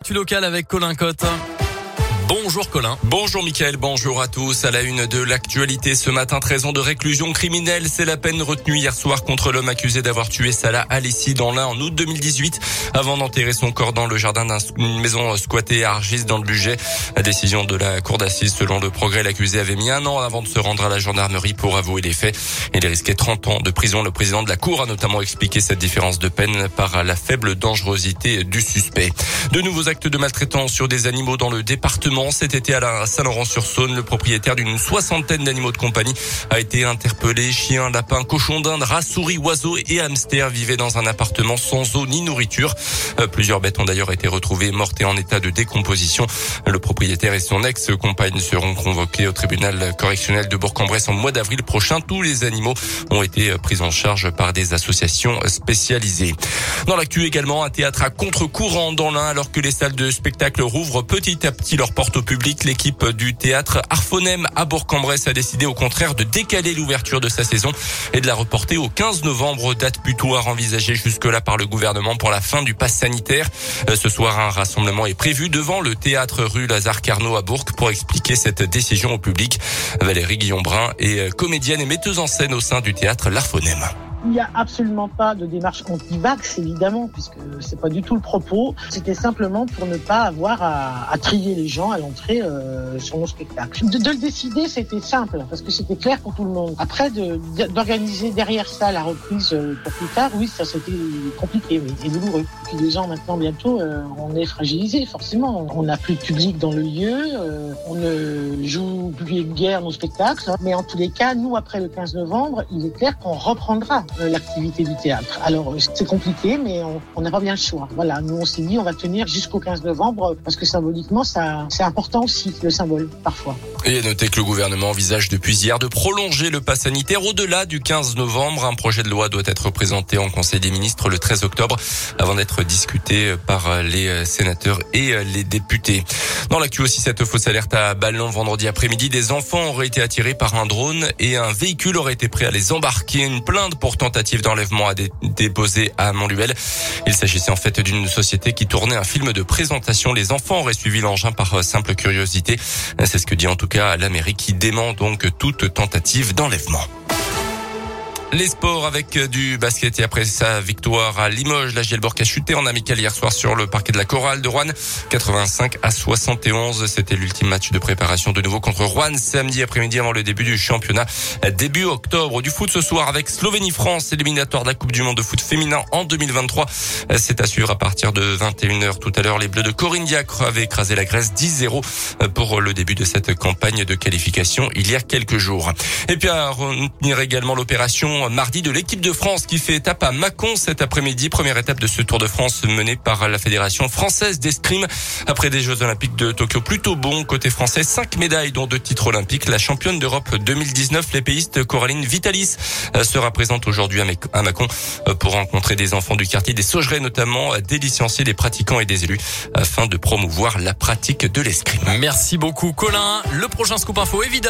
l'actu locale avec Colin Cotte. Bonjour Colin. Bonjour Mickaël, bonjour à tous. À la une de l'actualité ce matin, 13 ans de réclusion criminelle. C'est la peine retenue hier soir contre l'homme accusé d'avoir tué Salah Alissi dans l'Ain en août 2018 avant d'enterrer son corps dans le jardin d'une maison squattée à Argis dans le Bugey. La décision de la cour d'assises, selon Le Progrès, l'accusé avait mis 1 an avant de se rendre à la gendarmerie pour avouer les faits. Il risquait 30 ans de prison. Le président de la cour a notamment expliqué cette différence de peine par la faible dangerosité du suspect. De nouveaux actes de maltraitance sur des animaux dans le département. Cet été à Saint-Laurent-sur-Saône, le propriétaire d'une 60aine d'animaux de compagnie a été interpellé. Chiens, lapins, cochons d'Inde, rats, souris, oiseaux et hamsters vivaient dans un appartement sans eau ni nourriture. Plusieurs bêtes ont d'ailleurs été retrouvées mortes et en état de décomposition. Le propriétaire et son ex-compagne seront convoqués au tribunal correctionnel de Bourg-en-Bresse en mois d'avril prochain. Tous les animaux ont été pris en charge par des associations spécialisées. Dans l'actu également, un théâtre à contre-courant dans l'Ain alors que les salles de spectacle rouvrent petit à petit leurs portes au public. L'équipe du théâtre Arphonem à Bourg-en-Bresse a décidé au contraire de décaler l'ouverture de sa saison et de la reporter au 15 novembre, date butoir envisagée jusque-là par le gouvernement pour la fin du pass sanitaire. Ce soir, un rassemblement est prévu devant le théâtre rue Lazare-Carnot à Bourg pour expliquer cette décision au public. Valérie Guillon-Brun est comédienne et metteuse en scène au sein du théâtre L'Arphonem. Il n'y a absolument pas de démarche anti-vax, évidemment, puisque c'est pas du tout le propos. C'était simplement pour ne pas avoir à trier les gens à l'entrée sur nos spectacles. De le décider, c'était simple, parce que c'était clair pour tout le monde. Après, d'organiser derrière ça la reprise pour plus tard, oui, ça c'était compliqué, oui, et douloureux. Depuis 2 ans maintenant, bientôt, on est fragilisé, forcément. On n'a plus de public dans le lieu, on ne joue plus guère nos spectacles. Mais en tous les cas, nous, après le 15 novembre, il est clair qu'on reprendra l'activité du théâtre. Alors, c'est compliqué, mais on n'a pas bien le choix. Voilà, nous, on s'est dit, on va tenir jusqu'au 15 novembre, parce que symboliquement, c'est important aussi, le symbole, parfois. Et à noter que le gouvernement envisage depuis hier de prolonger le pass sanitaire au-delà du 15 novembre. Un projet de loi doit être présenté en Conseil des ministres le 13 octobre, avant d'être discuté par les sénateurs et les députés. Dans l'actu aussi, cette fausse alerte à Ballon vendredi après-midi. Des enfants auraient été attirés par un drone et un véhicule aurait été prêt à les embarquer. Une plainte pour tentative d'enlèvement a déposé à Montluel. Il s'agissait en fait d'une société qui tournait un film de présentation. Les enfants auraient suivi l'engin par simple curiosité. C'est ce que dit en tout cas la mairie qui dément donc toute tentative d'enlèvement. Les sports avec du basket et après sa victoire à Limoges, la Gielborg a chuté en amical hier soir sur le parquet de la Chorale de Rouen, 85-71. C'était l'ultime match de préparation de nouveau contre Rouen samedi après-midi avant le début du championnat. Début octobre du foot ce soir avec Slovénie-France, éliminatoire de la Coupe du Monde de foot féminin en 2023. C'est à suivre à partir de 21h tout à l'heure. Les Bleus de Corinne Diacre avaient écrasé la Grèce 10-0 pour le début de cette campagne de qualification il y a quelques jours. Et puis à retenir également l'opération mardi de l'équipe de France qui fait étape à Mâcon cet après-midi. Première étape de ce Tour de France mené par la Fédération française d'escrime. Après des Jeux Olympiques de Tokyo plutôt bons côté français, 5 médailles dont 2 titres olympiques. La championne d'Europe 2019, l'épéiste Coraline Vitalis, sera présente aujourd'hui à Mâcon pour rencontrer des enfants du quartier des Saugerets, notamment des licenciés, des pratiquants et des élus afin de promouvoir la pratique de l'escrime. Merci beaucoup Colin. Le prochain Scoop Info évidemment.